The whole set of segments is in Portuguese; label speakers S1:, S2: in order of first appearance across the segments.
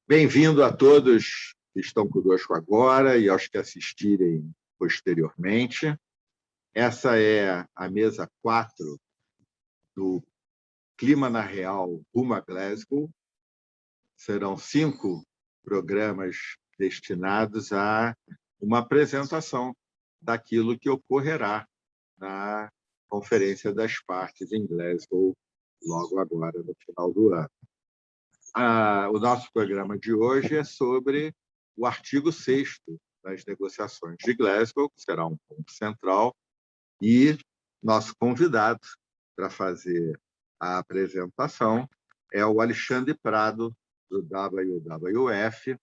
S1: Bem-vindo a todos que estão conosco agora e aos que assistirem posteriormente. Essa é a mesa 4 do Clima na Real rumo a Glasgow. Serão 5 programas destinados a uma apresentação daquilo que ocorrerá na Conferência das Partes em Glasgow, logo agora, no final do ano. O nosso programa de hoje é sobre o artigo 6º das negociações de Glasgow, que será um ponto central, e nosso convidado para fazer a apresentação é o Alexandre Prado, do WWF.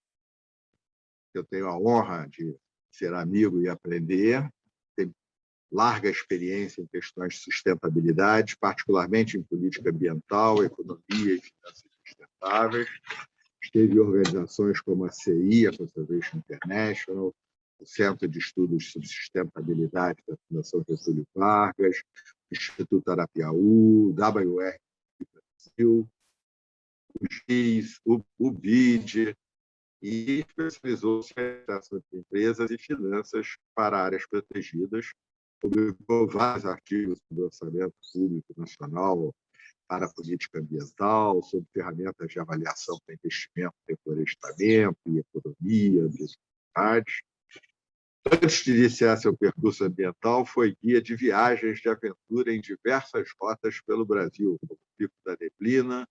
S1: Eu tenho a honra de ser amigo e aprender, tem larga experiência em questões de sustentabilidade, particularmente em política ambiental, economia e finanças sustentáveis. Esteve em organizações como a CI, a Conservation International, o Centro de Estudos sobre Sustentabilidade da Fundação Getúlio Vargas, o Instituto Arapiaú, o WR Brasil, o GIS, o BID, e especializou-se em administração de empresas e finanças para áreas protegidas, publicou vários artigos sobre o orçamento público nacional, para a política ambiental, sobre ferramentas de avaliação para investimento em florestamento e economia, biodiversidade. Antes de iniciar seu percurso ambiental, foi guia de viagens de aventura em diversas rotas pelo Brasil, como o Pico da Neblina.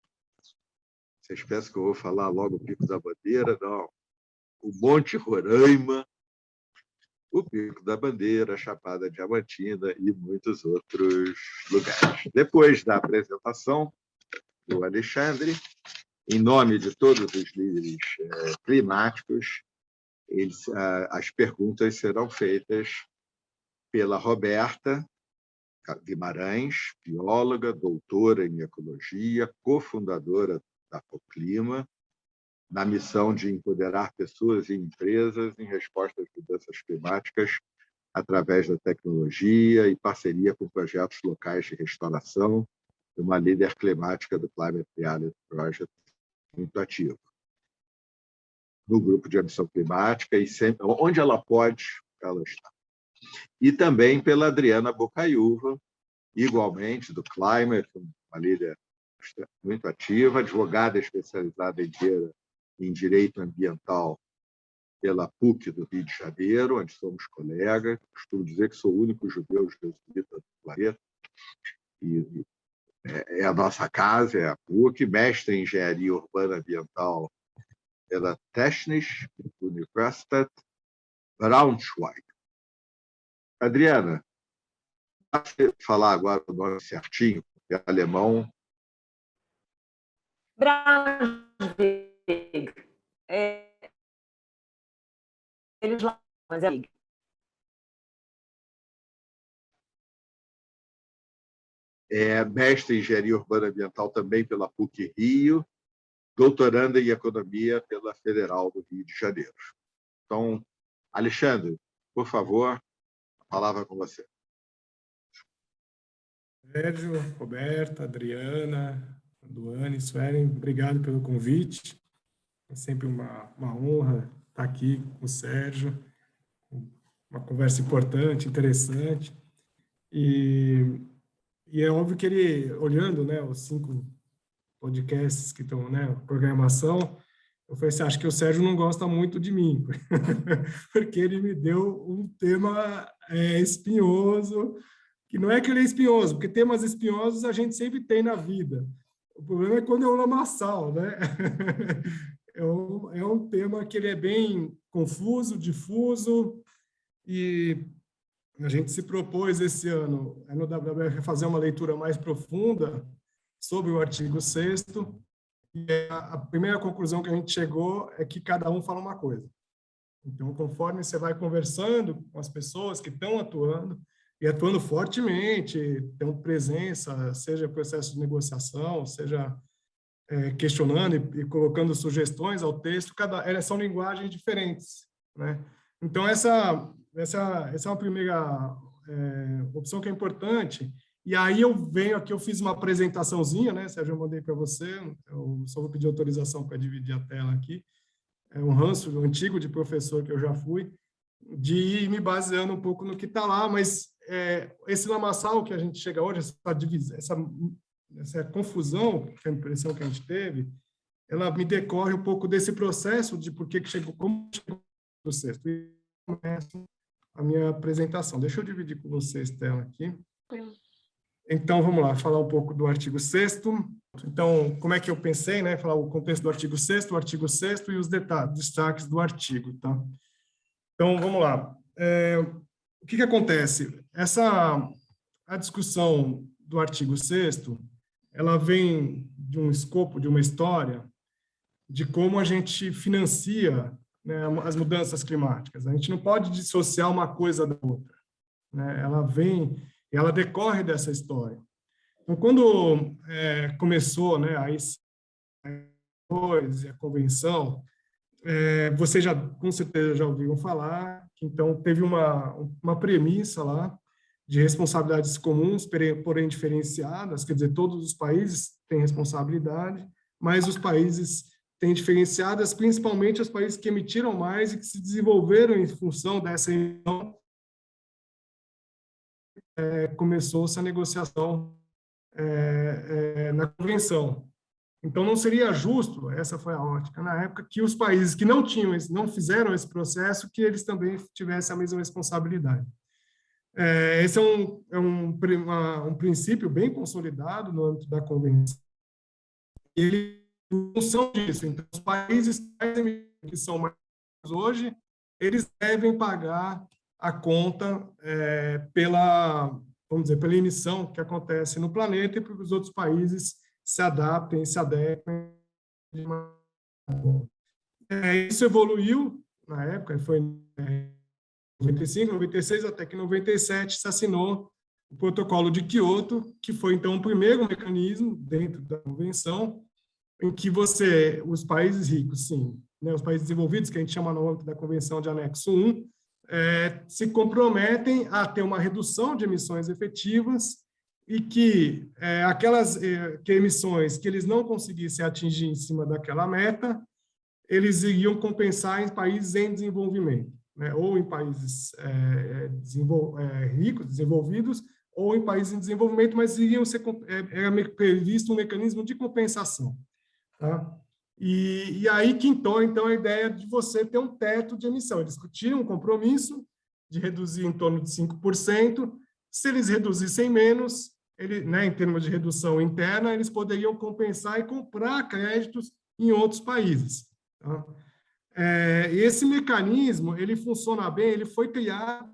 S1: Vocês pensam que eu vou falar logo o Pico da Bandeira? Não. O Monte Roraima, o Pico da Bandeira, a Chapada Diamantina e muitos outros lugares. Depois da apresentação do Alexandre, em nome de todos os líderes climáticos, as perguntas serão feitas pela Roberta Guimarães, bióloga, doutora em ecologia, cofundadora da Proclima, na missão de empoderar pessoas e empresas em resposta às mudanças climáticas através da tecnologia e parceria com projetos locais de restauração, e uma líder climática do Climate Reality Project muito ativa no grupo de ambição climática e sempre onde ela pode, ela está. E também pela Adriana Bocaiúva, igualmente do Climate, uma líder muito ativa, advogada especializada em direito ambiental pela PUC do Rio de Janeiro, onde somos colegas. Costumo dizer que sou o único judeu jesuíta do planeta. E é a nossa casa, é a PUC, mestre em engenharia urbana ambiental pela Technische Universität Braunschweig. Adriana, pode falar agora o nome certinho, porque é alemão.
S2: Braunschweig. Eles lá, mas é
S1: mestre em engenharia urbana ambiental também pela PUC Rio, doutoranda em economia pela Federal do Rio de Janeiro. Então, Alexandre, por favor, a palavra é com você.
S3: Sérgio, Roberta, Adriana, Duane, Suelen, obrigado pelo convite. É sempre uma honra estar aqui com o Sérgio, uma conversa importante, interessante. E é óbvio que ele, olhando, né, os 5 podcasts que estão, né, programação, eu falei assim, acho que o Sérgio não gosta muito de mim, porque ele me deu um tema espinhoso, que não é que ele é espinhoso, porque temas espinhosos a gente sempre tem na vida. O problema é quando é um lamaçal, né? É um tema que ele é bem confuso, difuso, e a gente se propôs esse ano, no WWF, fazer uma leitura mais profunda sobre o artigo 6º, e a primeira conclusão que a gente chegou é que cada um fala uma coisa. Então, conforme você vai conversando com as pessoas que estão atuando, e atuando fortemente, tendo presença, seja processo de negociação, seja questionando e colocando sugestões ao texto, são linguagens diferentes, né? Então, essa é uma primeira opção que é importante, E aí eu venho aqui, eu fiz uma apresentaçãozinha, né, Sérgio, eu mandei para você, eu só vou pedir autorização para dividir a tela aqui. É um ranço antigo de professor que eu já fui, de ir me baseando um pouco no que está lá, mas esse lamaçal que a gente chega hoje, essa confusão, que é a impressão que a gente teve, ela me decorre um pouco desse processo de por que chegou, como chegou no sexto. E começa a minha apresentação. Deixa eu dividir com vocês a tela aqui. Então, vamos lá, falar um pouco do artigo 6º. Então, como é que eu pensei, né? Falar o contexto do artigo 6º, o artigo 6º e os destaques do artigo, tá? Então, vamos lá. O que acontece? A discussão do artigo 6º, ela vem de um escopo, de uma história, de como a gente financia, né, as mudanças climáticas. A gente não pode dissociar uma coisa da outra, né? Ela decorre dessa história. Então, quando começou, né, a convenção, vocês já, com certeza, já ouviram falar, que então teve uma premissa lá de responsabilidades comuns, porém diferenciadas, quer dizer, todos os países têm responsabilidade, mas os países têm diferenciadas, principalmente os países que emitiram mais e que se desenvolveram em função dessa emissão. Começou-se a negociação na convenção. Então, não seria justo, essa foi a ótica, na época, que os países que não fizeram esse processo, que eles também tivessem a mesma responsabilidade. Esse é um princípio bem consolidado no âmbito da convenção. Ele, em função disso, então, os países que são mais hoje, eles devem pagar a conta vamos dizer, pela emissão que acontece no planeta e para que os outros países se adaptem, se adequem. Isso evoluiu na época, foi em 95, 96, até que em 97 se assinou o Protocolo de Quioto, que foi, então, o primeiro mecanismo dentro da convenção em que os países ricos, sim, né, os países desenvolvidos, que a gente chama no âmbito da Convenção de Anexo 1, se comprometem a ter uma redução de emissões efetivas e que aquelas emissões que eles não conseguissem atingir em cima daquela meta, eles iriam compensar em países em desenvolvimento, né? Ou em países ricos, desenvolvidos, ou em países em desenvolvimento, mas era previsto um mecanismo de compensação. Tá? E aí quintou, então, a ideia de você ter um teto de emissão. Eles discutiram um compromisso de reduzir em torno de 5%. Se eles reduzissem menos, né, em termos de redução interna, eles poderiam compensar e comprar créditos em outros países. Tá? Esse mecanismo, ele funciona bem, ele foi criado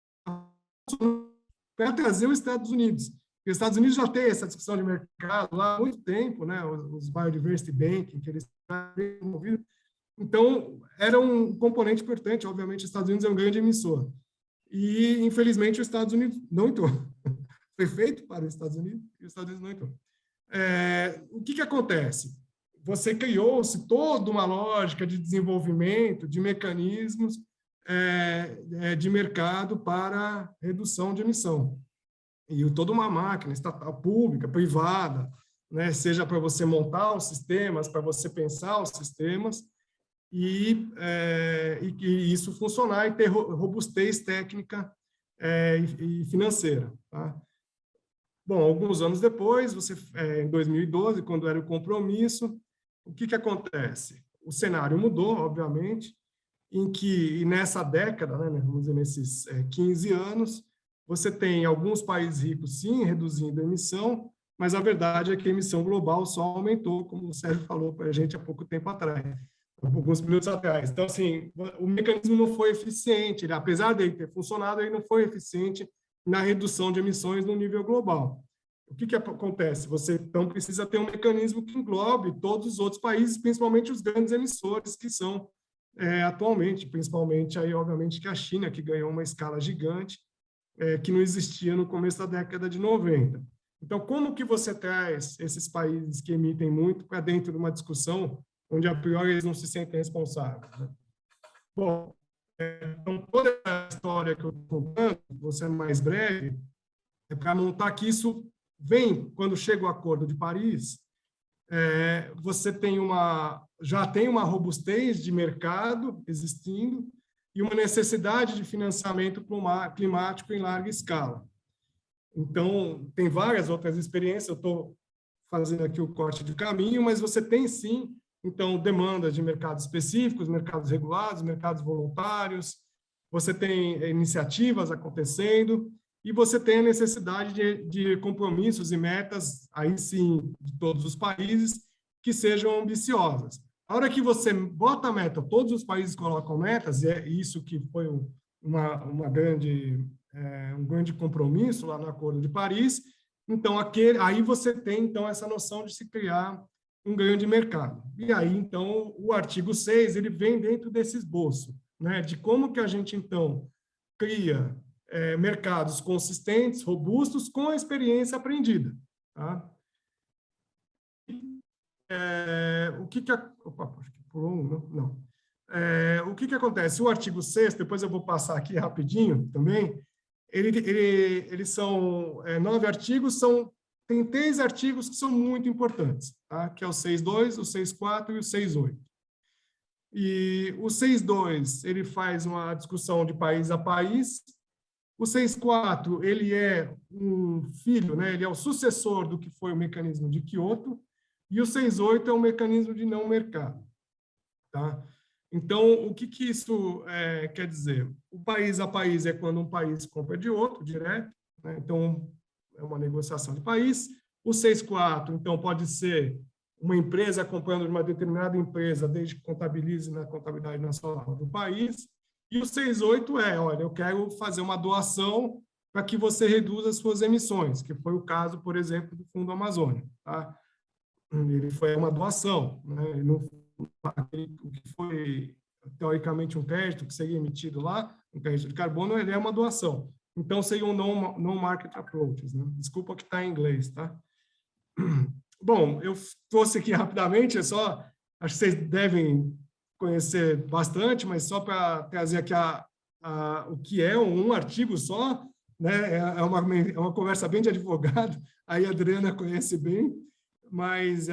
S3: para trazer os Estados Unidos. Porque os Estados Unidos já têm essa discussão de mercado lá há muito tempo, né? Os Biodiversity Banking, que eles estão envolvidos. Então, era um componente importante. Obviamente, os Estados Unidos é um grande emissor. E, infelizmente, os Estados Unidos não entrou. Foi feito para os Estados Unidos e os Estados Unidos não entrou. O que acontece? Você criou-se toda uma lógica de desenvolvimento, de mecanismos de mercado para redução de emissão. E toda uma máquina estatal, pública, privada, né, seja para você montar os sistemas, para você pensar os sistemas, e isso funcionar e ter robustez técnica e financeira. Tá? Bom, alguns anos depois, em 2012, quando era o compromisso, o que acontece? O cenário mudou, obviamente, e nessa década, né, vamos dizer, nesses 15 anos, você tem alguns países ricos, sim, reduzindo a emissão, mas a verdade é que a emissão global só aumentou, como o Sérgio falou para a gente há pouco tempo atrás, alguns minutos atrás. Então, assim, o mecanismo não foi eficiente, apesar dele ter funcionado, ele não foi eficiente na redução de emissões no nível global. O que acontece? Você, então, precisa ter um mecanismo que englobe todos os outros países, principalmente os grandes emissores que são atualmente, principalmente, aí, obviamente, que a China, que ganhou uma escala gigante, que não existia no começo da década de 90. Então, como que você traz esses países que emitem muito para dentro de uma discussão onde, a priori, eles não se sentem responsáveis? Né? Bom, então, toda a história que eu estou contando, vou ser mais breve, é para montar que isso quando chega o Acordo de Paris, você já tem uma robustez de mercado existindo e uma necessidade de financiamento climático em larga escala. Então, tem várias outras experiências, eu estou fazendo aqui o corte de caminho, mas você tem, sim, então, demandas de mercados específicos, mercados regulados, mercados voluntários, você tem iniciativas acontecendo, e você tem a necessidade de compromissos e metas, aí sim, de todos os países, que sejam ambiciosas. A hora que você bota a meta, todos os países colocam metas, e é isso que foi um grande compromisso lá no Acordo de Paris, então aí você tem então essa noção de se criar um grande mercado. E aí, então, o artigo 6, ele vem dentro desse esboço, né, de como que a gente, então, cria mercados consistentes, robustos, com a experiência aprendida. Tá? O que acontece? O artigo 6º, depois eu vou passar aqui rapidinho também, eles são 9 artigos, tem 3 artigos que são muito importantes, tá? Que é o 6.2, o 6.4 e o 6.8. E o 6.2, ele faz uma discussão de país a país. O 6.4, ele é um filho, né? Ele é o sucessor do que foi o mecanismo de Kyoto, e o 6.8 é um mecanismo de não mercado. Tá? Então, o que isso quer dizer? O país a país é quando um país compra de outro, direto, né? Então, é uma negociação de país. O 6.4, então, pode ser uma empresa comprando de uma determinada empresa, desde que contabilize na contabilidade nacional do país. E o 6.8 olha, eu quero fazer uma doação para que você reduza as suas emissões, que foi o caso, por exemplo, do Fundo Amazônia. Tá? Ele foi uma doação, né? O que foi, teoricamente, um crédito que seria emitido lá, um crédito de carbono, ele é uma doação. Então, seria um non-market approaches. Né? Desculpa que está em inglês. Tá? Bom, eu trouxe aqui rapidamente, acho que vocês devem conhecer bastante, mas só para trazer aqui o que é um artigo só, né? É uma conversa bem de advogado, aí a Adriana conhece bem, mas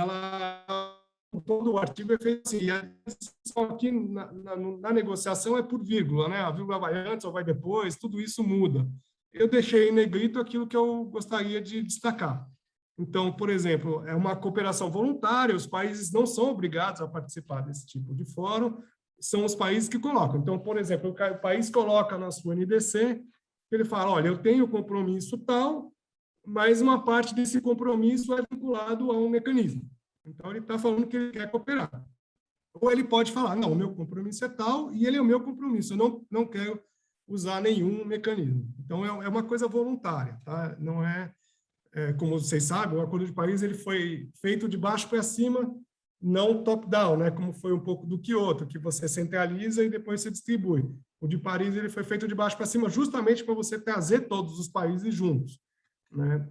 S3: todo o artigo é feito assim, só aqui na negociação é por vírgula, né? A vírgula vai antes ou vai depois, tudo isso muda. Eu deixei em negrito aquilo que eu gostaria de destacar. Então, por exemplo, é uma cooperação voluntária, os países não são obrigados a participar desse tipo de fórum, são os países que colocam. Então, por exemplo, o país coloca na sua NDC, ele fala, olha, eu tenho compromisso tal, mas uma parte desse compromisso é vinculado a um mecanismo. Então, ele está falando que ele quer cooperar. Ou ele pode falar, não, o meu compromisso é tal e ele é o meu compromisso, eu não quero usar nenhum mecanismo. Então, é uma coisa voluntária, tá? Não como vocês sabem, o Acordo de Paris ele foi feito de baixo para cima, não top-down, né? Como foi um pouco do Kyoto, que você centraliza e depois se distribui. O de Paris ele foi feito de baixo para cima justamente para você trazer todos os países juntos. Né?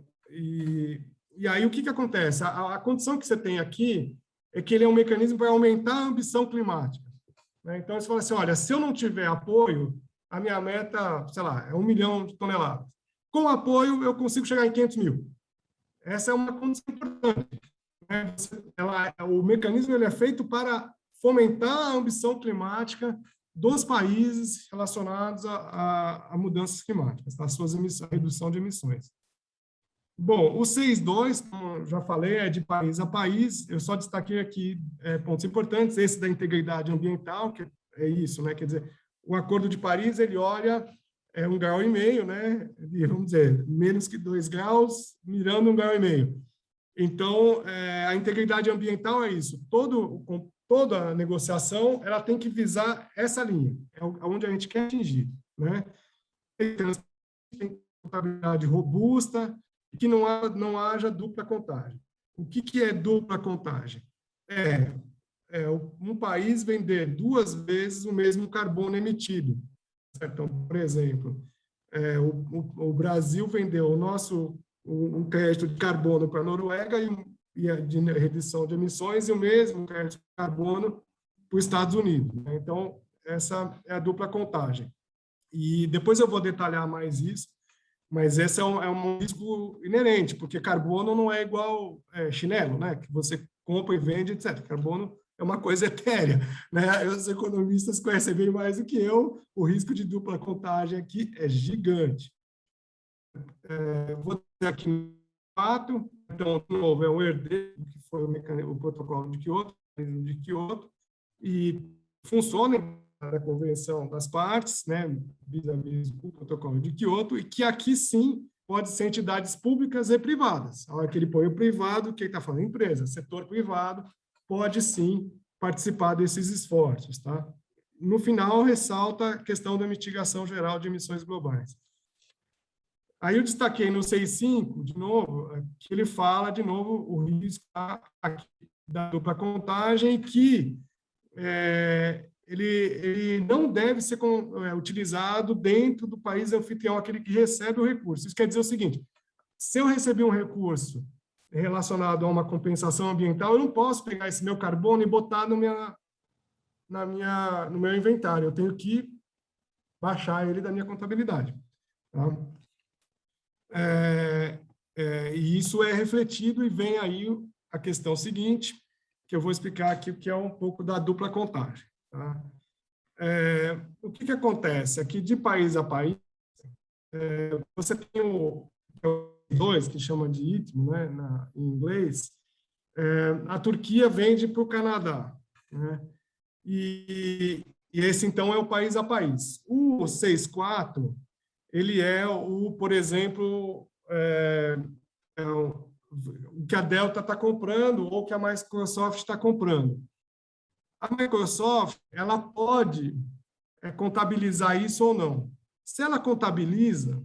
S3: E aí o que acontece? A condição que você tem aqui é que ele é um mecanismo para aumentar a ambição climática. Né? Então, você fala assim, olha, se eu não tiver apoio, a minha meta, sei lá, é 1 milhão de toneladas. Com apoio, eu consigo chegar em 500 mil. Essa é uma condição importante. Né? O mecanismo ele é feito para fomentar a ambição climática dos países relacionados a mudanças climáticas, a a redução de emissões. Bom, o 6.2, como já falei, é de país a país. Eu só destaquei aqui pontos importantes. Esse da integridade ambiental, que é isso, né? Quer dizer, o Acordo de Paris, ele olha 1,5 grau, né? Vamos dizer, menos que 2 graus, mirando 1,5 grau. Então, a integridade ambiental é isso. Toda a negociação, ela tem que visar essa linha, é onde a gente quer atingir, né? Tem contabilidade robusta, e que não haja dupla contagem. O que é dupla contagem? Um país vender 2 vezes o mesmo carbono emitido. Então, por exemplo, o Brasil vendeu um crédito de carbono para a Noruega e de redução de emissões e o mesmo crédito de carbono para os Estados Unidos. Né? Então, essa é a dupla contagem. E depois eu vou detalhar mais isso, Mas esse é um risco inerente, porque carbono não é igual chinelo, né? Que você compra e vende, etc. Carbono é uma coisa etérea, né? Os economistas conhecem bem mais do que eu. O risco de dupla contagem aqui é gigante. Vou ter aqui um fato. Então, de novo, é um herdeiro que foi o protocolo de Kyoto, e funciona da Convenção das Partes, né, vis-à-vis o protocolo de Kyoto, e que aqui sim pode ser entidades públicas e privadas. A hora que ele põe o privado, quem está falando? Empresa, setor privado, pode sim participar desses esforços. Tá? No final, ressalta a questão da mitigação geral de emissões globais. Aí eu destaquei no 6.5, de novo, que ele fala, de novo, o risco da dupla contagem, que ele não deve ser utilizado dentro do país anfitrião, aquele que recebe o recurso. Isso quer dizer o seguinte: se eu receber um recurso relacionado a uma compensação ambiental, eu não posso pegar esse meu carbono e botar no meu inventário. Eu tenho que baixar ele da minha contabilidade. Tá? E isso é refletido, e vem aí a questão seguinte, que eu vou explicar aqui, que é um pouco da dupla contagem. Tá? O que acontece? Aqui, de país a país, você tem o 2, que chama de ITMO, né, em inglês. A Turquia vende para o Canadá. Né? E esse, então, é o país a país. O 6.4, ele é por exemplo, o que a Delta está comprando ou que a Microsoft está comprando. A Microsoft, ela pode contabilizar isso ou não. Se ela contabiliza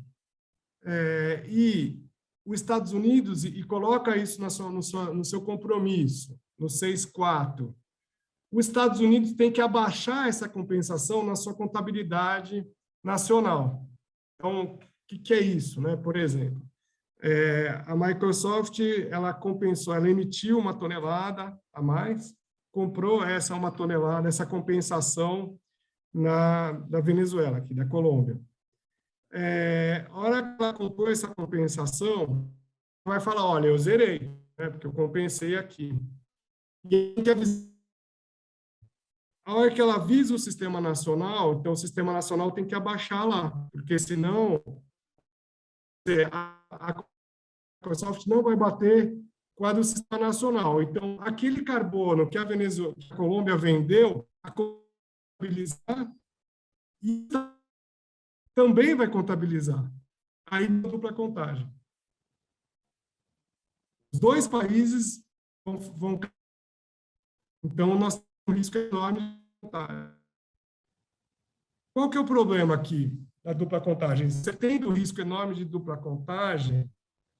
S3: e os Estados Unidos e coloca isso no seu compromisso, no 6.4, os Estados Unidos tem que abaixar essa compensação na sua contabilidade nacional. Então, o que é isso, né? Por exemplo, a Microsoft, ela compensou, ela emitiu 1 tonelada a mais, comprou essa 1 tonelada, essa compensação da Venezuela, aqui da Colômbia. A hora que ela comprou essa compensação, vai falar, olha, eu zerei, né? Porque eu compensei aqui. E a hora que ela avisa o Sistema Nacional, então o Sistema Nacional tem que abaixar lá, porque senão a Microsoft não vai bater com a do Sistema Nacional. Então, aquele carbono que a Colômbia vendeu, a contabilizar, e também vai contabilizar. Aí, dupla contagem. Os dois países vão. Então, nós temos um risco enorme de contagem. Qual que é o problema aqui da dupla contagem? Você tendo um risco enorme de dupla contagem,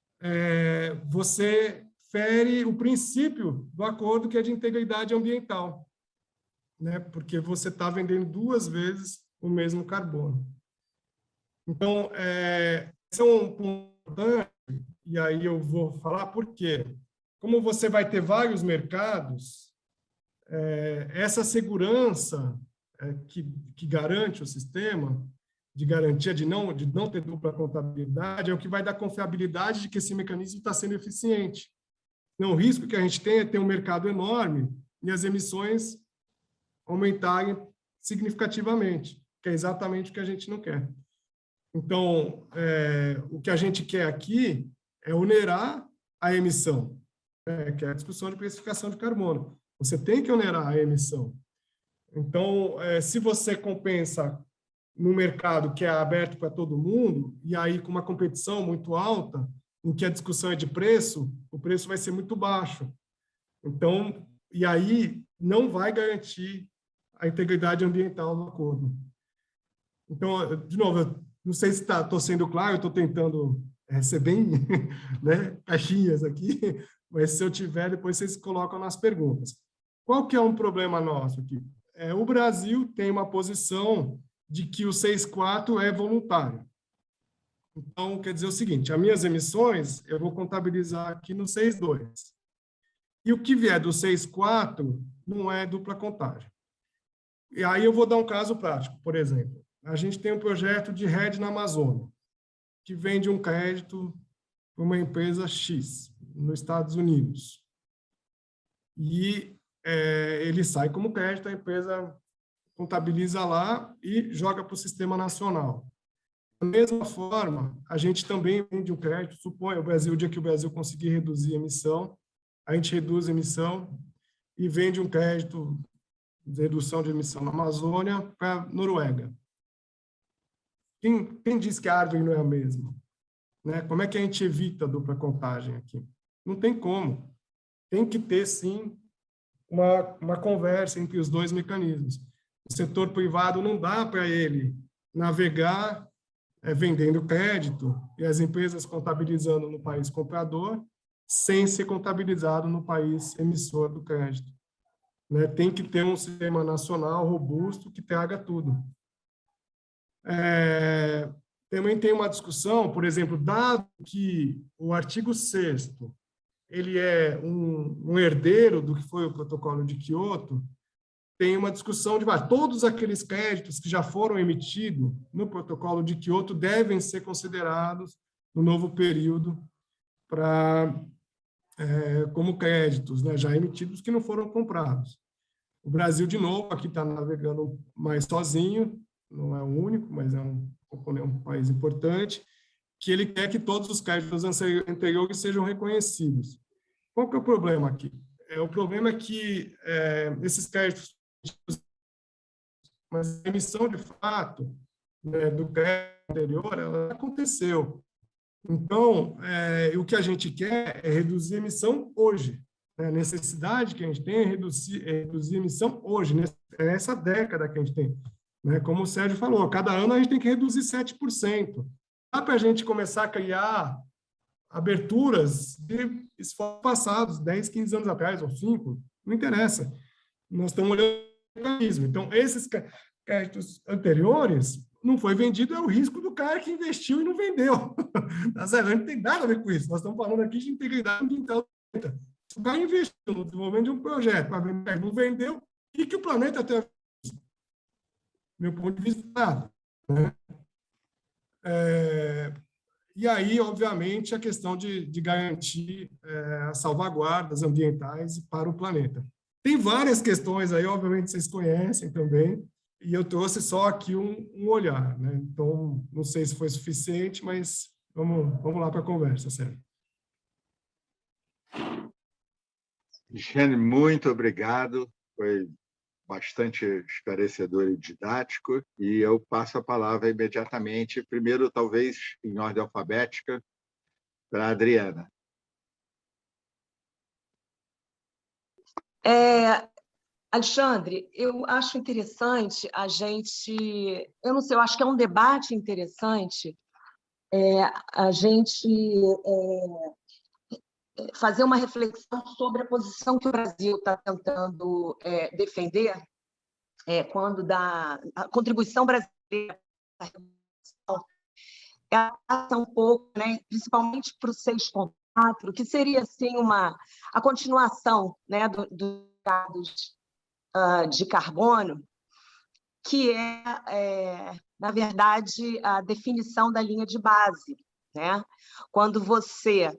S3: você fere o princípio do acordo, que é de integridade ambiental, né? Porque você está vendendo 2 vezes o mesmo carbono. Então, esse é um ponto importante, e aí eu vou falar por quê. Como você vai ter vários mercados, essa segurança que garante o sistema, de garantia de não ter dupla contabilidade, é o que vai dar confiabilidade de que esse mecanismo está sendo eficiente. Não, o risco que a gente tem é ter um mercado enorme e as emissões aumentarem significativamente, que é exatamente o que a gente não quer. Então, o que a gente quer aqui é onerar a emissão, que é a discussão de precificação de carbono. Você tem que onerar a emissão. Então, se você compensa no mercado que é aberto para todo mundo, e aí com uma competição muito alta, em que a discussão é de preço, o preço vai ser muito baixo. Então, e aí não vai garantir a integridade ambiental do acordo. Então, de novo, eu não sei se estou sendo claro, eu estou tentando ser bem caixinhas aqui, mas se eu tiver, depois vocês colocam nas perguntas. Qual que é um problema nosso aqui? O Brasil tem uma posição de que o 6.4 é voluntário. Então, quer dizer o seguinte, as minhas emissões eu vou contabilizar aqui no 6.2. E o que vier do 6.4 não é dupla contagem. E aí eu vou dar um caso prático, por exemplo. A gente tem um projeto de rede na Amazônia, que vende um crédito para uma empresa X, nos Estados Unidos. E ele sai como crédito, a empresa contabiliza lá e joga para o Sistema Nacional. Da mesma forma, a gente também vende um crédito, suponha o dia que o Brasil conseguir reduzir a emissão, a gente reduz a emissão e vende um crédito de redução de emissão na Amazônia para a Noruega. Quem diz que a árvore não é a mesma? Né? Como é que a gente evita a dupla contagem aqui? Não tem como. Tem que ter, sim, uma conversa entre os dois mecanismos. O setor privado não dá para ele navegar vendendo crédito e as empresas contabilizando no país comprador sem ser contabilizado no país emissor do crédito. Né? Tem que ter um sistema nacional robusto que traga tudo. Também tem uma discussão, por exemplo, dado que o artigo 6º ele é um herdeiro do que foi o protocolo de Kyoto, tem uma discussão de todos aqueles créditos que já foram emitidos no protocolo de Kyoto devem ser considerados no novo período como créditos, né, já emitidos que não foram comprados. O Brasil, de novo, aqui está navegando mais sozinho, não é o único, mas é um país importante, que ele quer que todos os créditos anteriores sejam reconhecidos. Qual que é o problema aqui? O problema é que esses créditos, mas a emissão de fato, né, do crédito anterior, ela aconteceu. Então, o que a gente quer é reduzir a emissão hoje. Né? A necessidade que a gente tem é reduzir a emissão hoje, nessa década que a gente tem. Né? Como o Sérgio falou, cada ano a gente tem que reduzir 7%. Dá para a gente começar a criar aberturas de esforços passados, 10, 15 anos atrás, ou 5, não interessa. Nós estamos olhando o mecanismo. Então, esses créditos anteriores, não foi vendido, é o risco do cara que investiu e não vendeu. Não tem nada a ver com isso. Nós estamos falando aqui de integridade ambiental. Se o cara investiu no desenvolvimento de um projeto, mas não vendeu, e que o planeta tem meu ponto de vista, nada. Né? E aí, obviamente, a questão de garantir as salvaguardas ambientais para o planeta. Tem várias questões aí, obviamente, vocês conhecem também, e eu trouxe só aqui um olhar. Né? Então, não sei se foi suficiente, mas vamos lá para a conversa, Sérgio.
S1: Alexandre, muito obrigado. Foi bastante esclarecedor e didático, e eu passo a palavra imediatamente, primeiro, talvez, em ordem alfabética, para a Adriana.
S2: Alexandre, eu acho interessante a gente... Eu não sei, eu acho que é um debate interessante a gente fazer uma reflexão sobre a posição que o Brasil está tentando defender quando dá a contribuição brasileira passa um pouco, né, principalmente para o 6.4, que seria assim a continuação, né, dos mercados de carbono, que na verdade, a definição da linha de base. Né? Quando você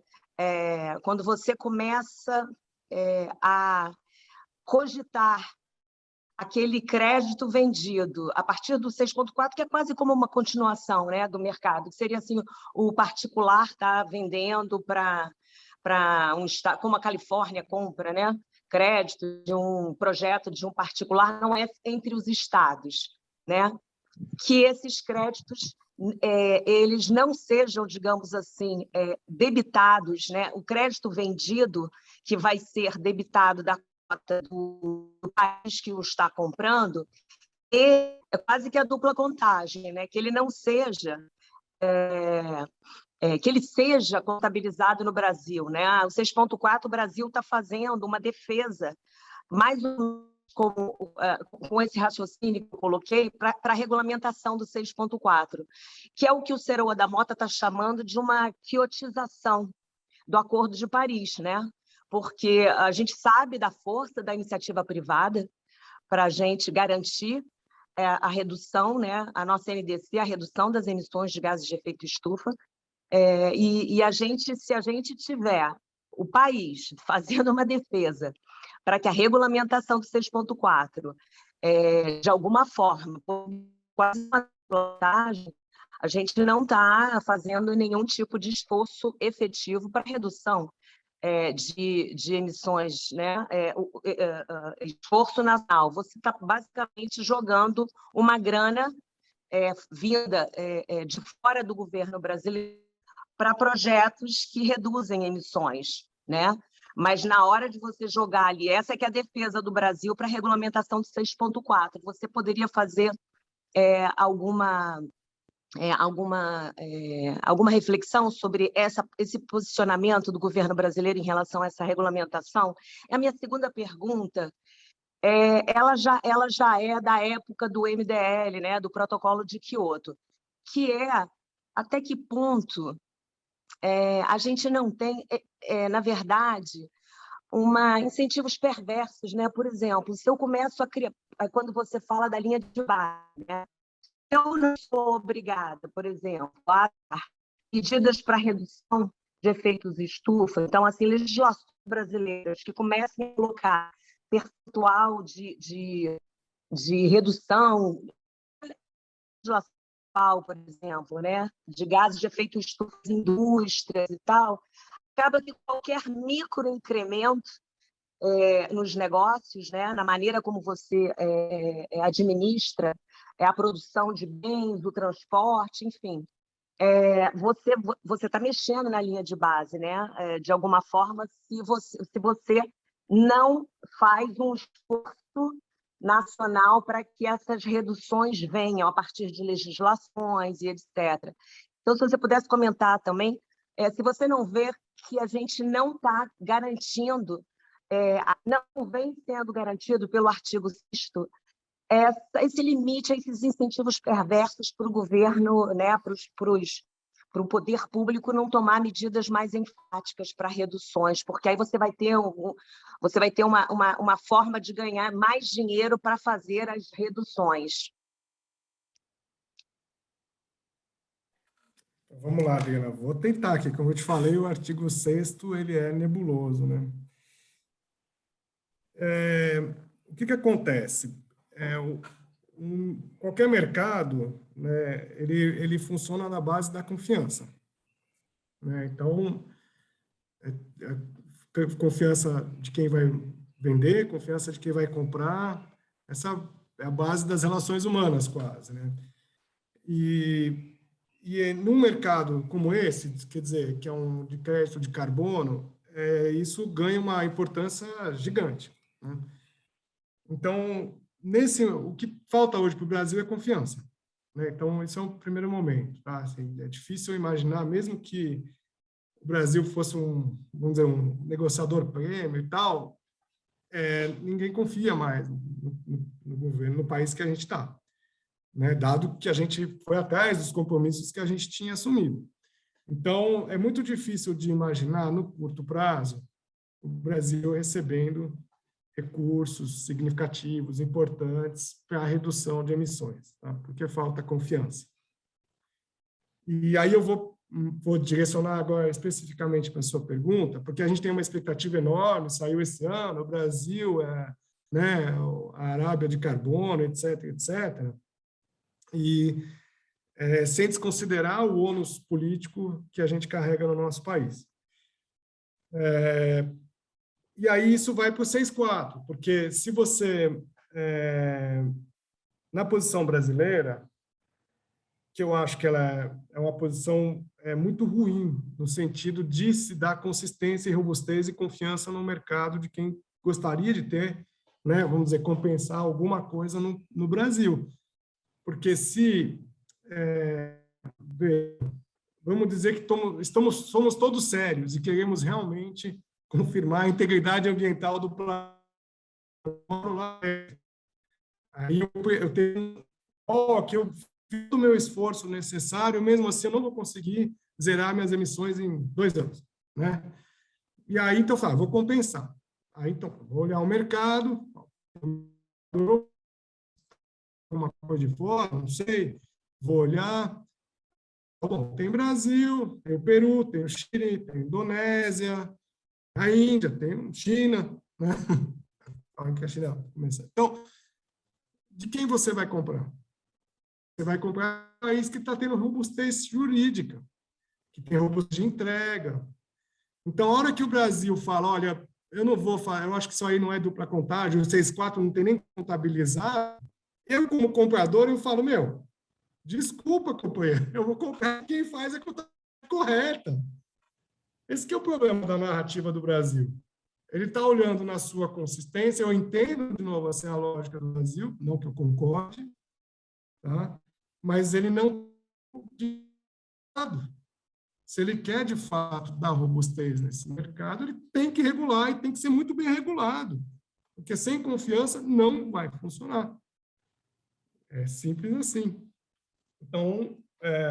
S2: começa a cogitar aquele crédito vendido a partir do 6.4, que é quase como uma continuação, né, do mercado, que seria assim, o particular está vendendo para um estado, como a Califórnia compra, né, crédito de um projeto de um particular, não é entre os estados, né, que esses créditos eles não sejam, digamos assim, debitados, né, o crédito vendido que vai ser debitado da do país que o está comprando, é quase que a dupla contagem, né? Que ele não seja que ele seja contabilizado no Brasil, né? O 6.4, o Brasil está fazendo uma defesa mais com esse raciocínio que eu coloquei para a regulamentação do 6.4, que é o que o Ceroa da Mota está chamando de uma quiotização do Acordo de Paris, né? Porque a gente sabe da força da iniciativa privada para a gente garantir a redução, né, a nossa NDC, a redução das emissões de gases de efeito estufa, E se a gente tiver o país fazendo uma defesa para que a regulamentação do 6.4, de alguma forma, quase uma vantagem, a gente não está fazendo nenhum tipo de esforço efetivo para redução de emissões, né? Esforço nacional. Você está basicamente jogando uma grana vinda de fora do governo brasileiro para projetos que reduzem emissões, né? Mas na hora de você jogar ali, essa é que é a defesa do Brasil para a regulamentação do 6.4. Você poderia fazer alguma reflexão sobre esse posicionamento do governo brasileiro em relação a essa regulamentação? A minha segunda pergunta, ela já é da época do MDL, né, do Protocolo de Quioto, que é até que ponto a gente não tem, na verdade, incentivos perversos, né? Por exemplo, se eu começo a criar, quando você fala da linha de base, né? Eu não sou obrigada, por exemplo, a dar medidas para redução de efeitos estufa. Então, assim, legislações brasileiras que comecem a colocar percentual de redução, legislação, por exemplo, né, de gases de efeito estufa em indústrias e tal, acaba que qualquer microincremento nos negócios, né, na maneira como você administra a produção de bens, o transporte, enfim, você está mexendo na linha de base, né? De alguma forma, se você não faz um esforço nacional para que essas reduções venham a partir de legislações e etc. Então, se você pudesse comentar também, se você não vê que a gente não está garantindo, não vem sendo garantido pelo artigo 6º, esse limite, esses incentivos perversos para o governo, né, para o poder público não tomar medidas mais enfáticas para reduções, porque aí você vai ter uma forma de ganhar mais dinheiro para fazer as reduções.
S3: Vamos lá, Adriana. Vou tentar aqui. Como eu te falei, o artigo 6º ele é nebuloso, né? O que acontece? Qualquer mercado, né, ele funciona na base da confiança, né? Então, confiança de quem vai vender, confiança de quem vai comprar, essa é a base das relações humanas, quase, né? E num mercado como esse, quer dizer, que é um de crédito de carbono, isso ganha uma importância gigante, né? Então, o que falta hoje para o Brasil é confiança, né? Então, esse é o primeiro momento, tá? Assim, é difícil imaginar, mesmo que o Brasil fosse vamos dizer, um negociador prêmio e tal, ninguém confia mais no governo, no país que a gente está, né? Dado que a gente foi atrás dos compromissos que a gente tinha assumido. Então, é muito difícil de imaginar, no curto prazo, o Brasil recebendo recursos significativos, importantes para a redução de emissões, tá? Porque falta confiança. E aí eu vou direcionar agora especificamente para a sua pergunta, porque a gente tem uma expectativa enorme, saiu esse ano, o Brasil, né, a Arábia de carbono, etc., etc., e sem desconsiderar o ônus político que a gente carrega no nosso país. E aí isso vai para o 6.4, porque se você, na posição brasileira, que eu acho que ela é uma posição muito ruim, no sentido de se dar consistência e robustez e confiança no mercado de quem gostaria de ter, né, vamos dizer, compensar alguma coisa no Brasil. Porque vamos dizer que somos todos sérios e queremos realmente confirmar a integridade ambiental do planeta. Aí eu tenho que eu fiz o meu esforço necessário, mesmo assim eu não vou conseguir zerar minhas emissões em 2 anos, né? E aí, então, eu falo, vou compensar. Aí, então, vou olhar o mercado, uma coisa de fora, não sei, vou olhar, Bom, tem Brasil, tem o Peru, tem o Chile, tem a Indonésia, a Índia, tem China, né? Que a China começa. Então, de quem você vai comprar? Você vai comprar um país que está tendo robustez jurídica, que tem robustez de entrega. Então, a hora que o Brasil fala, olha, eu não vou falar, eu acho que isso aí não é dupla contagem, o 6.4 não tem nem contabilizar, eu, como comprador, eu falo, meu, desculpa, companheiro, eu vou comprar quem faz a contabilidade correta. Esse que é o problema da narrativa do Brasil. Ele está olhando na sua consistência, eu entendo, de novo, assim, a lógica do Brasil, não que eu concorde, tá? Mas ele não... Se ele quer, de fato, dar robustez nesse mercado, ele tem que regular e tem que ser muito bem regulado, porque sem confiança não vai funcionar. É simples assim. Então,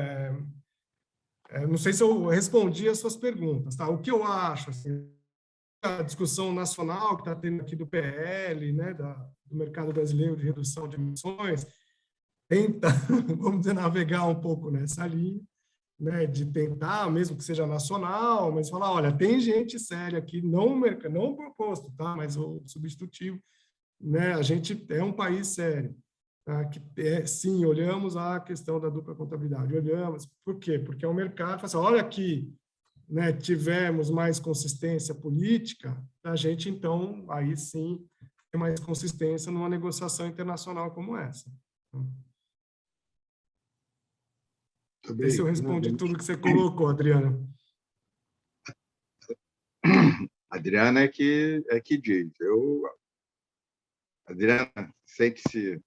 S3: não sei se eu respondi as suas perguntas, tá? O que eu acho, assim, a discussão nacional que está tendo aqui do PL, né, do mercado brasileiro de redução de emissões, tenta, vamos dizer, navegar um pouco nessa linha, né, de tentar, mesmo que seja nacional, mas falar, olha, tem gente séria aqui, não o proposto, tá, mas o substitutivo, né, a gente é um país sério, tá, que sim, olhamos a questão da dupla contabilidade, olhamos, por quê? Porque é um mercado, assim, olha aqui, né, tivemos mais consistência política, a gente, então, aí sim, tem mais consistência numa negociação internacional como essa. Não sei se eu respondi tudo que você colocou, Adriana.
S1: Adriana é que diz. Adriana, sente-se...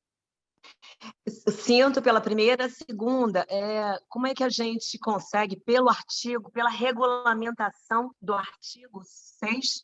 S2: Sinto pela primeira. Segunda, como é que a gente consegue, pelo artigo, pela regulamentação do artigo 6,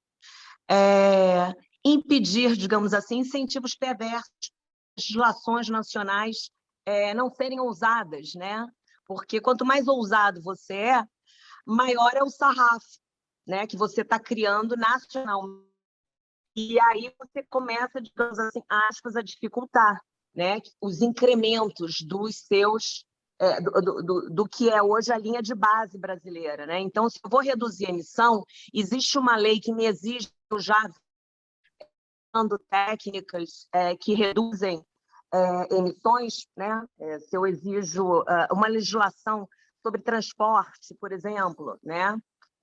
S2: impedir, digamos assim, incentivos perversos, legislações nacionais não serem ousadas, né? Porque quanto mais ousado você é, maior é o sarrafo, né, que você está criando nacionalmente. E aí você começa, digamos assim, aspas, a dificultar, né, os incrementos dos seus, do que é hoje a linha de base brasileira, né? Então, se eu vou reduzir a emissão, existe uma lei que me exige, eu já usando técnicas que reduzem emissões, né? Se eu exijo uma legislação sobre transporte, por exemplo, né?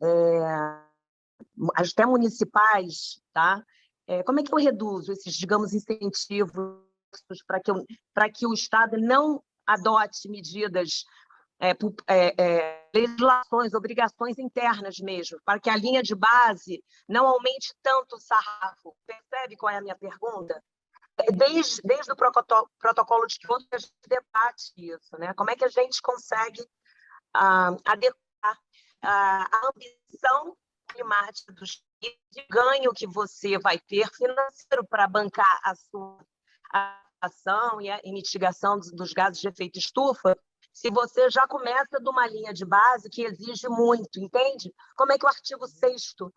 S2: Até municipais, tá? Como é que eu reduzo esses, digamos, incentivos para que o Estado não adote medidas, legislações, obrigações internas mesmo, para que a linha de base não aumente tanto o sarrafo? Percebe qual é a minha pergunta? Desde o protocolo de Kyoto, a gente debate isso, né? Como é que a gente consegue adequar a ambição climática dos países, de ganho que você vai ter financeiro para bancar a sua ação e mitigação dos gases de efeito estufa, se você já começa de uma linha de base que exige muito, entende? Como é que o artigo 6º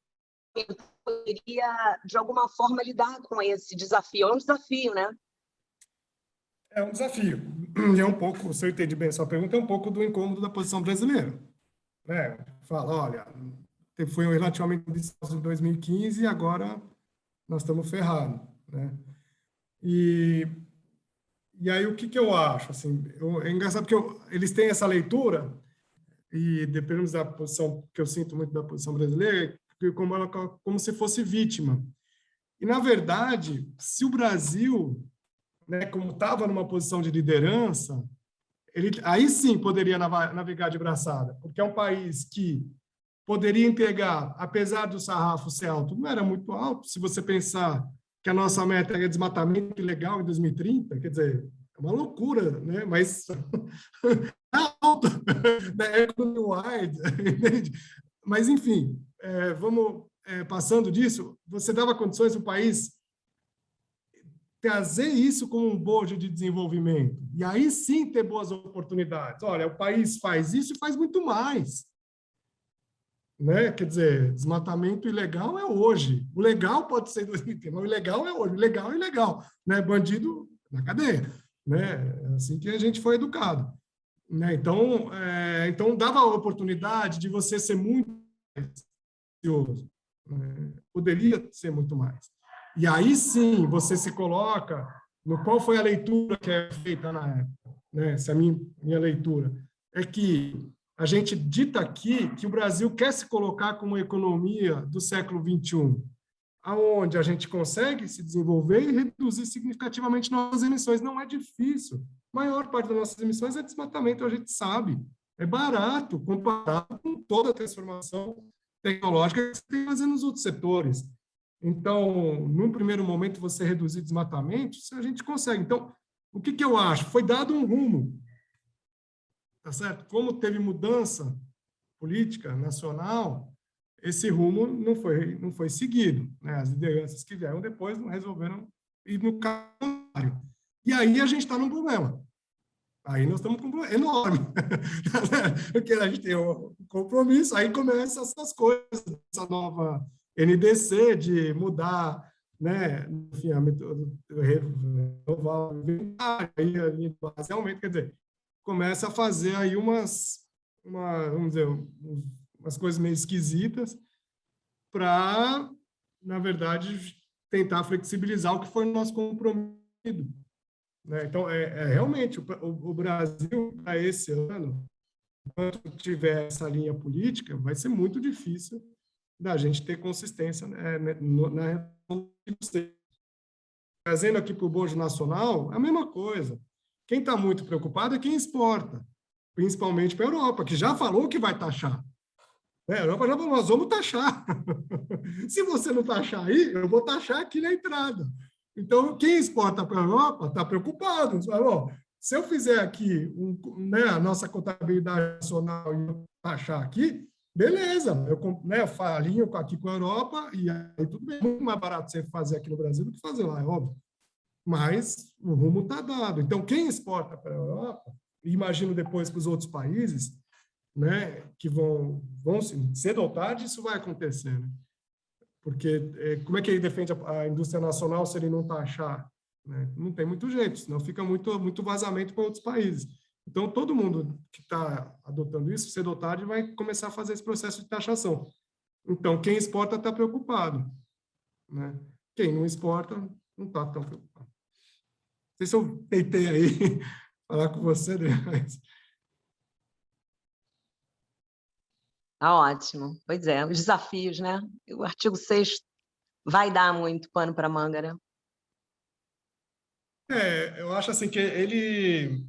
S2: poderia, de alguma forma, lidar com esse desafio? É um desafio, né?
S3: É um desafio. E é um pouco, se eu entendi bem a sua pergunta, é um pouco do incômodo da posição brasileira. Né? Fala, olha, foi um relativamente em 2015 e agora nós estamos ferrados. Né? E aí, o que eu acho? Assim, é engraçado porque eles têm essa leitura, e dependendo da posição, que eu sinto muito da posição brasileira, como se fosse vítima. E, na verdade, se o Brasil, né, como estava numa posição de liderança, ele aí sim poderia navegar de braçada, porque é um país que poderia entregar, apesar do sarrafo ser alto, não era muito alto, se você pensar que a nossa meta é desmatamento ilegal em 2030, quer dizer, é uma loucura, né? Mas é alto, é economy-wide, entende? Mas, enfim, vamos passando disso, você dava condições para o país trazer isso como um bojo de desenvolvimento, e aí sim ter boas oportunidades. Olha, o país faz isso e faz muito mais. Né? Quer dizer, desmatamento ilegal é hoje. O legal pode ser em 2030, mas o ilegal é hoje. O legal é ilegal. Né? Bandido na cadeia. Né? É assim que a gente foi educado. né? Então dava a oportunidade de você ser muito mais ambicioso, né? Poderia ser muito mais. E aí sim você se coloca no qual foi a leitura que é feita na época, né? Essa minha leitura é que a gente dita aqui que o Brasil quer se colocar como uma economia do século XXI, aonde a gente consegue se desenvolver e reduzir significativamente nossas emissões. Não é difícil. A maior parte das nossas emissões é desmatamento, a gente sabe. É barato comparado com toda a transformação tecnológica que você tem que fazer nos outros setores. Então, num primeiro momento, você reduzir desmatamento, a gente consegue. Então, o que eu acho? Foi dado um rumo, tá certo? Como teve mudança política nacional, esse rumo não foi seguido, né? As lideranças que vieram depois não resolveram ir no contrário. E aí a gente está num problema. Aí nós estamos com um problema enorme. Porque a gente tem um compromisso, aí começam essas coisas, essa nova NDC de mudar, né? Enfim, a metodologia, renovar o inventário, aí a linha de base aumenta, quer dizer, começa a fazer aí vamos dizer, umas coisas meio esquisitas para, na verdade, tentar flexibilizar o que foi o nosso compromisso. Né? Então, realmente, o Brasil, para esse ano, enquanto tiver essa linha política, vai ser muito difícil da gente ter consistência, né, na trazendo aqui para o bojo nacional, a mesma coisa. Quem está muito preocupado é quem exporta, principalmente para a Europa, que já falou que vai taxar. A Europa já falou, nós vamos taxar. Se você não taxar aí, eu vou taxar aqui na entrada. Então, quem exporta para a Europa está preocupado. Bom, se eu fizer aqui né, a nossa contabilidade nacional e taxar aqui, beleza, eu alinho aqui com a Europa e aí tudo bem. É muito mais barato você fazer aqui no Brasil do que fazer lá, é óbvio. Mas o rumo está dado. Então, quem exporta para a Europa, e imagino depois para os outros países, né, que vão cedo ou tarde isso vai acontecer, né? Porque como é que ele defende a indústria nacional se ele não taxar? Né? Não tem muito jeito, senão fica muito vazamento para outros países. Então, todo mundo que está adotando isso, cedo ou tarde, vai começar a fazer esse processo de taxação. Então, quem exporta está preocupado. Né? Quem não exporta não está tão preocupado. Não sei se eu tentei aí falar com você, mas...
S2: Tá ótimo. Pois é, os desafios, né? O artigo 6º vai dar muito pano para manga, né?
S3: Eu acho assim que ele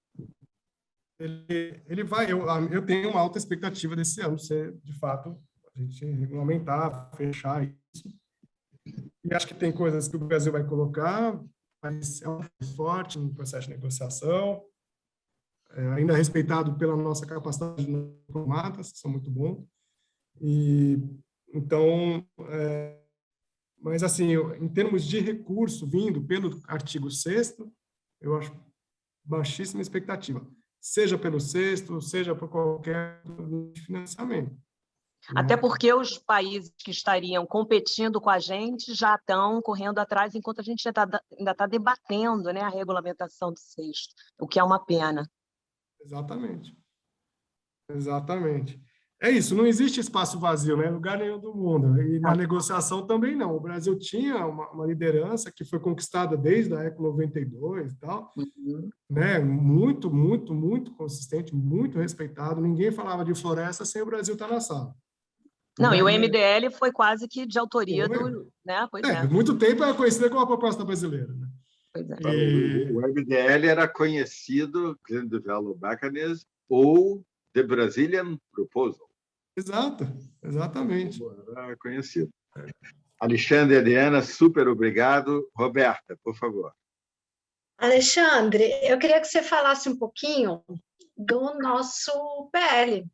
S3: vai... Eu tenho uma alta expectativa desse ano, ser, de fato, a gente regulamentar, fechar isso. E acho que tem coisas que o Brasil vai colocar, mas é um forte no processo de negociação, ainda respeitado pela nossa capacidade de diplomatas, que são muito bons. E, então, mas assim, em termos de recurso vindo pelo artigo 6º, eu acho baixíssima expectativa, seja pelo 6º, seja por qualquer financiamento.
S2: Até porque os países que estariam competindo com a gente já estão correndo atrás, enquanto a gente ainda está debatendo, né, a regulamentação do 6º, o que é uma pena.
S3: Exatamente. Exatamente. É isso, não existe espaço vazio, né? Em lugar nenhum do mundo. E na negociação também não. O Brasil tinha uma liderança que foi conquistada desde a ECO 92 e tal, né? Muito, muito, muito consistente, muito respeitado. Ninguém falava de floresta sem o Brasil estar na sala.
S2: Não, e o MDL foi quase que de autoria do... Né? Pois
S3: Por muito tempo era conhecida como a proposta brasileira. Né?
S2: Pois é.
S1: O MDL era conhecido, Clean Development Mechanism, ou The Brazilian Proposal.
S3: Exato, exatamente.
S1: Era conhecido. Alexandre e Adriana, super obrigado. Roberta, por favor.
S4: Alexandre, eu queria que você falasse um pouquinho do nosso PL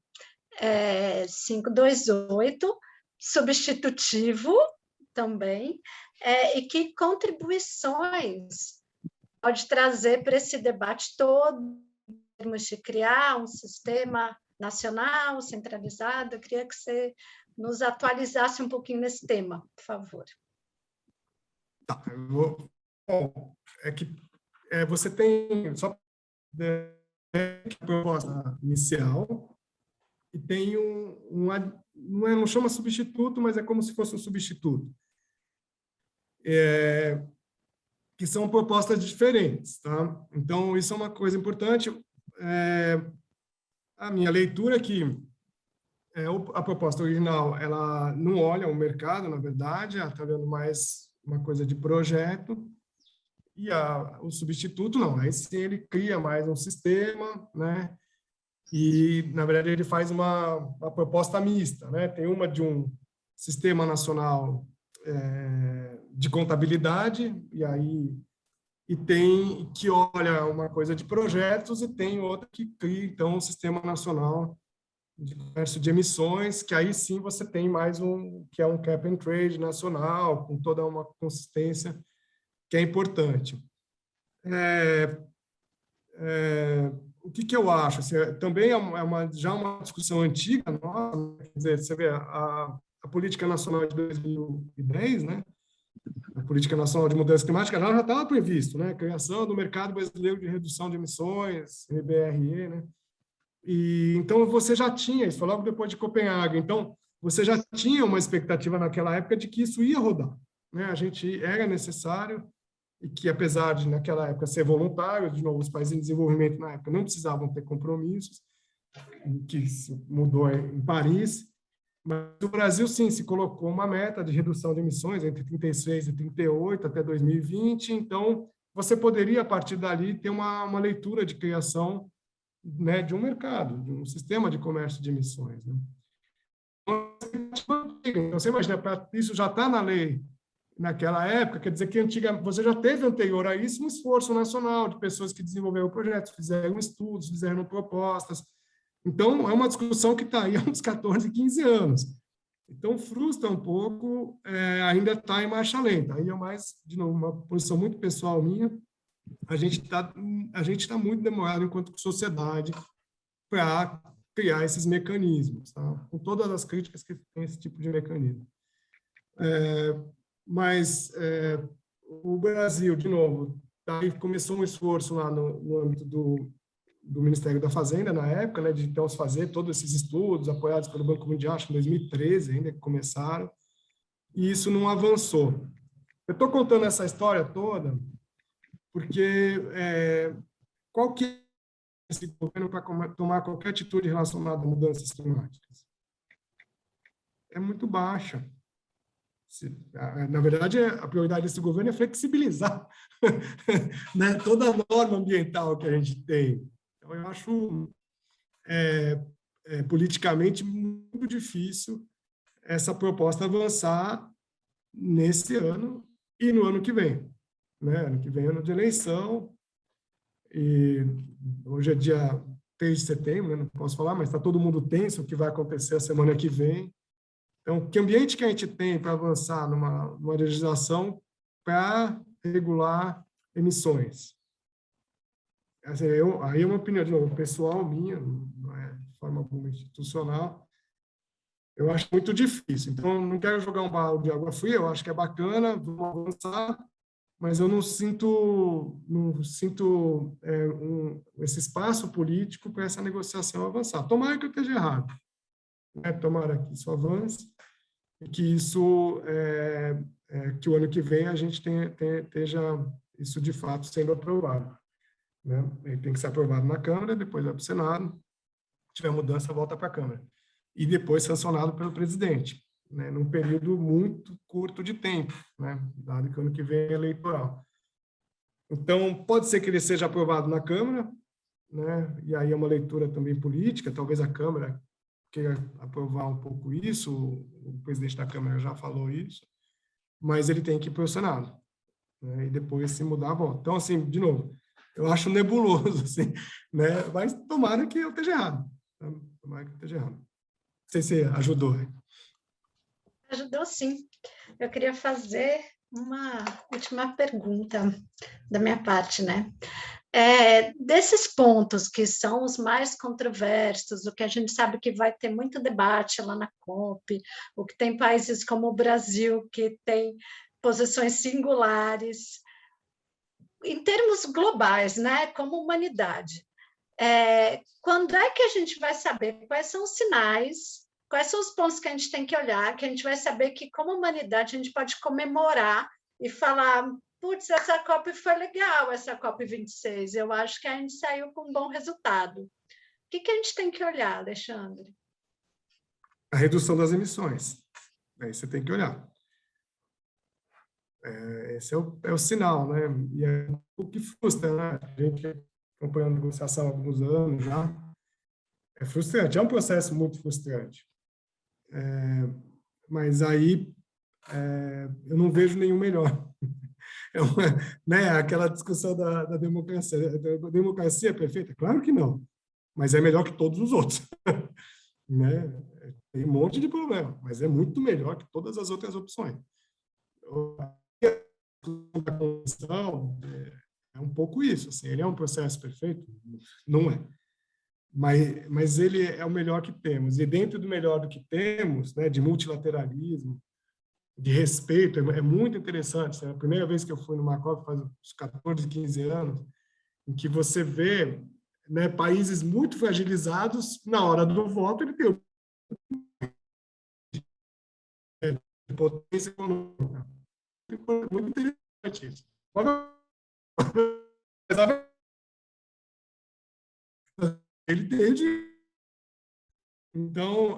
S4: 528, substitutivo também, e que contribuições pode trazer para esse debate todo, em termos de criar um sistema nacional centralizado. Eu queria que você nos atualizasse um pouquinho nesse tema, por favor.
S3: Tá, bom, é que você tem, só a proposta inicial, e tem não chama substituto, mas é como se fosse um substituto, que são propostas diferentes, tá? Então, isso é uma coisa importante. A minha leitura é que a proposta original, ela não olha o mercado, na verdade, ela está olhando mais uma coisa de projeto, e o substituto, não, aí sim ele cria mais um sistema, né? E, na verdade, ele faz uma proposta mista, né? Tem uma de um sistema nacional de contabilidade, e tem que olha uma coisa de projetos, e tem outra que cria, então, um sistema nacional de comércio de emissões, que aí sim você tem mais que é um cap and trade nacional, com toda uma consistência que é importante. O que eu acho? Assim, também já uma discussão antiga nossa, quer dizer, você vê a Política Nacional de 2010, né? A Política Nacional de Mudança Climática já estava previsto, né? Criação do Mercado Brasileiro de Redução de Emissões, MBRE, né? E então você já tinha, isso foi logo depois de Copenhague, então você já tinha uma expectativa naquela época de que isso ia rodar, né? Era necessário, e que apesar de naquela época ser voluntário, de novo, os países em desenvolvimento na época não precisavam ter compromissos, que isso mudou em Paris, mas o Brasil sim se colocou uma meta de redução de emissões entre 36 e 38 até 2020, então você poderia a partir dali ter uma leitura de criação, né, de um mercado, de um sistema de comércio de emissões, né? Então, você imagina, isso já está na lei naquela época, quer dizer que você já teve anterior a isso um esforço nacional de pessoas que desenvolveram projetos, fizeram estudos, fizeram propostas. Então, é uma discussão que está aí há uns 14, 15 anos. Então, frustra um pouco, ainda está em marcha lenta. Aí é mais, de novo, uma posição muito pessoal minha. A gente tá muito demorado enquanto sociedade para criar esses mecanismos, tá? Com todas as críticas que tem esse tipo de mecanismo. Mas o Brasil, de novo, aí começou um esforço lá no âmbito do Ministério da Fazenda, na época, né, de então fazer todos esses estudos apoiados pelo Banco Mundial, acho que em 2013 ainda que começaram, e isso não avançou. Eu estou contando essa história toda porque qual que é esse governo para tomar qualquer atitude relacionada a mudanças climáticas? É muito baixa. Na verdade, a prioridade desse governo é flexibilizar né, toda a norma ambiental que a gente tem. Então, eu acho politicamente muito difícil essa proposta avançar nesse ano e no ano que vem. Né? Ano que vem é ano de eleição, e hoje é dia 3 de setembro, né? Não posso falar, mas está todo mundo tenso o que vai acontecer a semana que vem. Então, que ambiente que a gente tem para avançar numa legislação para regular emissões? Assim, aí é uma opinião, de novo, pessoal minha, não é de forma alguma institucional, eu acho muito difícil. Então, não quero jogar um balde de água fria, eu acho que é bacana, vamos avançar, mas eu não sinto esse espaço político para essa negociação avançar. Tomara que eu esteja errado, né? Tomara que isso avance e que que o ano que vem a gente esteja isso de fato sendo aprovado, né? Ele tem que ser aprovado na Câmara, depois vai para o Senado, se tiver mudança, volta para a Câmara, e depois sancionado pelo presidente, né? Num período muito curto de tempo, né? Dado que o ano que vem é eleitoral. Então, pode ser que ele seja aprovado na Câmara, né? E aí é uma leitura também política, talvez a Câmara queira aprovar um pouco isso, o presidente da Câmara já falou isso, mas ele tem que ir para o Senado, né? E depois, se mudar, volta. Então, assim, de novo, eu acho nebuloso, assim, né? Mas tomara que eu esteja errado. Tá? Tomara que eu esteja errado. Não sei se ajudou.
S4: Ajudou, sim. Eu queria fazer uma última pergunta da minha parte, né? Desses pontos que são os mais controversos, o que a gente sabe que vai ter muito debate lá na COP, o que tem países como o Brasil que tem posições singulares, em termos globais, né? Como humanidade, Quando é que a gente vai saber quais são os sinais, quais são os pontos que a gente tem que olhar, que a gente vai saber que, como humanidade, a gente pode comemorar e falar, putz, essa COP foi legal, essa COP26, eu acho que a gente saiu com um bom resultado. O que a gente tem que olhar, Alexandre?
S3: A redução das emissões. Aí você tem que olhar. Esse é o sinal, né? E é o que frustra, né? A gente acompanhando a negociação há alguns anos já. É frustrante, é um processo muito frustrante. Mas aí eu não vejo nenhum melhor. Né? Aquela discussão da democracia. A democracia é perfeita? Claro que não. Mas é melhor que todos os outros. Né? Tem um monte de problema, mas é muito melhor que todas as outras opções. A Constituição é um pouco isso. Assim, ele é um processo perfeito? Não é. Mas ele é o melhor que temos. E dentro do melhor do que temos, né, de multilateralismo, de respeito, é muito interessante. É a primeira vez que eu fui numa COP, faz uns 14, 15 anos, em que você vê, né, países muito fragilizados, na hora do voto, ele tem potência econômica. Muito interessante isso. Ele tem. Então,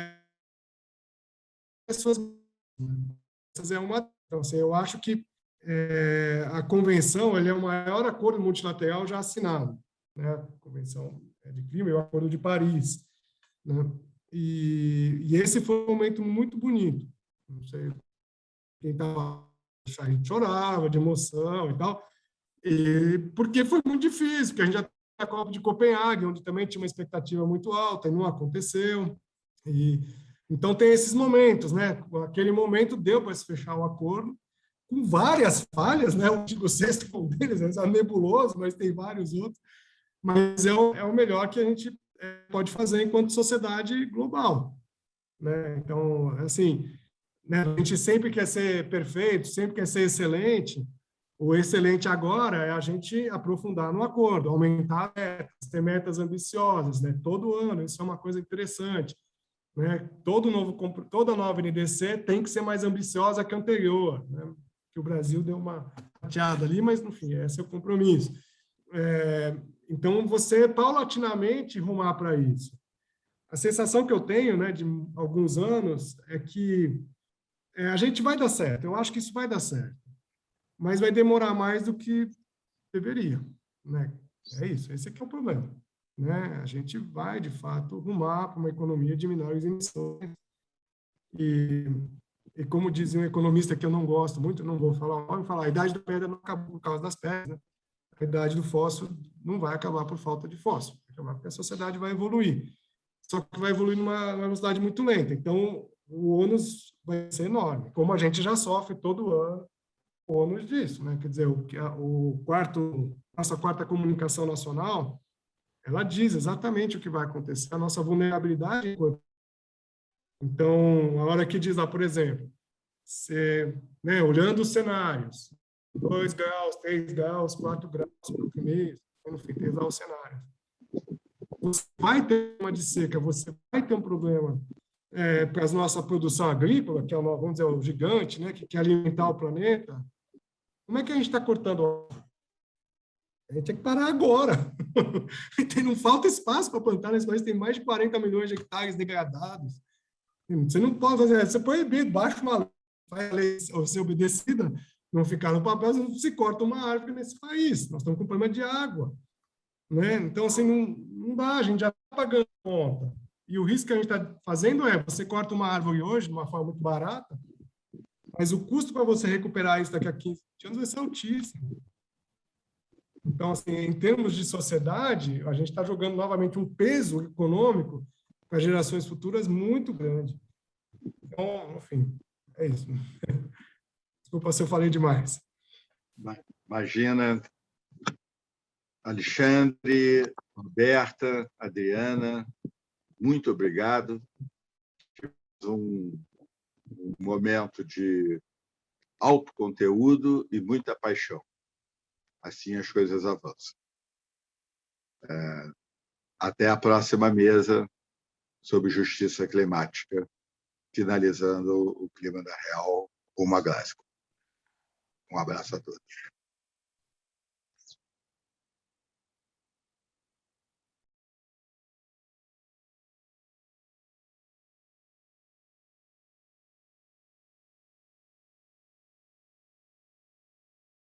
S3: pessoas. É uma. Então, assim, eu acho que a convenção ele é o maior acordo multilateral já assinado, né? A Convenção de Clima e o Acordo de Paris, né? E esse foi um momento muito bonito. Não sei quem estava, a gente chorava de emoção e tal, porque foi muito difícil, porque a gente já tinha a Copa de Copenhague, onde também tinha uma expectativa muito alta e não aconteceu. Então tem esses momentos, né? Aquele momento deu para se fechar o acordo, com várias falhas, né? O artigo 6º foi um deles, é nebuloso, mas tem vários outros. Mas é o melhor que a gente pode fazer enquanto sociedade global, né? Então, assim, né? A gente sempre quer ser perfeito, sempre quer ser excelente. O excelente agora é a gente aprofundar no acordo, aumentar metas, ter metas ambiciosas, né? Todo ano, isso é uma coisa interessante, né? Toda nova NDC tem que ser mais ambiciosa que a anterior, né? Que o Brasil deu uma tateada ali, mas, enfim, esse é o compromisso. Então, você paulatinamente rumar para isso. A sensação que eu tenho, né, de alguns anos é que a gente vai dar certo. Eu acho que isso vai dar certo, mas vai demorar mais do que deveria, né? É isso. Esse aqui é o problema, né? A gente vai de fato rumar para uma economia de menores emissões e como dizia um economista que eu não gosto muito, não vou falar o nome, falar a idade da pedra não acabou por causa das pedras, né? A idade do fósforo não vai acabar por falta de fósforo, vai acabar porque a sociedade vai evoluir. Só que vai evoluir numa velocidade muito lenta. Então, o ônus vai ser enorme, como a gente já sofre todo ano o ônus disso, né? Quer dizer, nossa quarta comunicação nacional, ela diz exatamente o que vai acontecer, a nossa vulnerabilidade. Então, a hora que diz lá, por exemplo, né, olhando os cenários, 2 graus, 3 graus, 4 graus por mês, enfim, tem lá os cenários. Você vai ter uma de seca, você vai ter um problema para a nossa produção agrícola, que é vamos dizer, o gigante, né, que quer alimentar o planeta. Como é que a gente está cortando? A gente tem que parar agora. Não falta espaço para plantar nesse país, tem mais de 40 milhões de hectares degradados. Você não pode fazer, você proibir, baixa uma lei, faz a lei ser obedecida, não ficar no papel, não se corta uma árvore nesse país. Nós estamos com problema de água, né? Então, assim, não dá, a gente já está pagando conta. E o risco que a gente está fazendo você corta uma árvore hoje de uma forma muito barata, mas o custo para você recuperar isso daqui a 15 anos vai ser altíssimo. Então, assim, em termos de sociedade, a gente está jogando novamente um peso econômico para gerações futuras muito grande. Então, enfim, é isso. Desculpa se eu falei demais.
S1: Imagina, Alexandre, Roberta, Adriana, muito obrigado. Um momento de alto conteúdo e muita paixão. Assim as coisas avançam. até a próxima mesa sobre justiça climática, finalizando o Clima da Real, uma Glasgow. Um abraço a todos.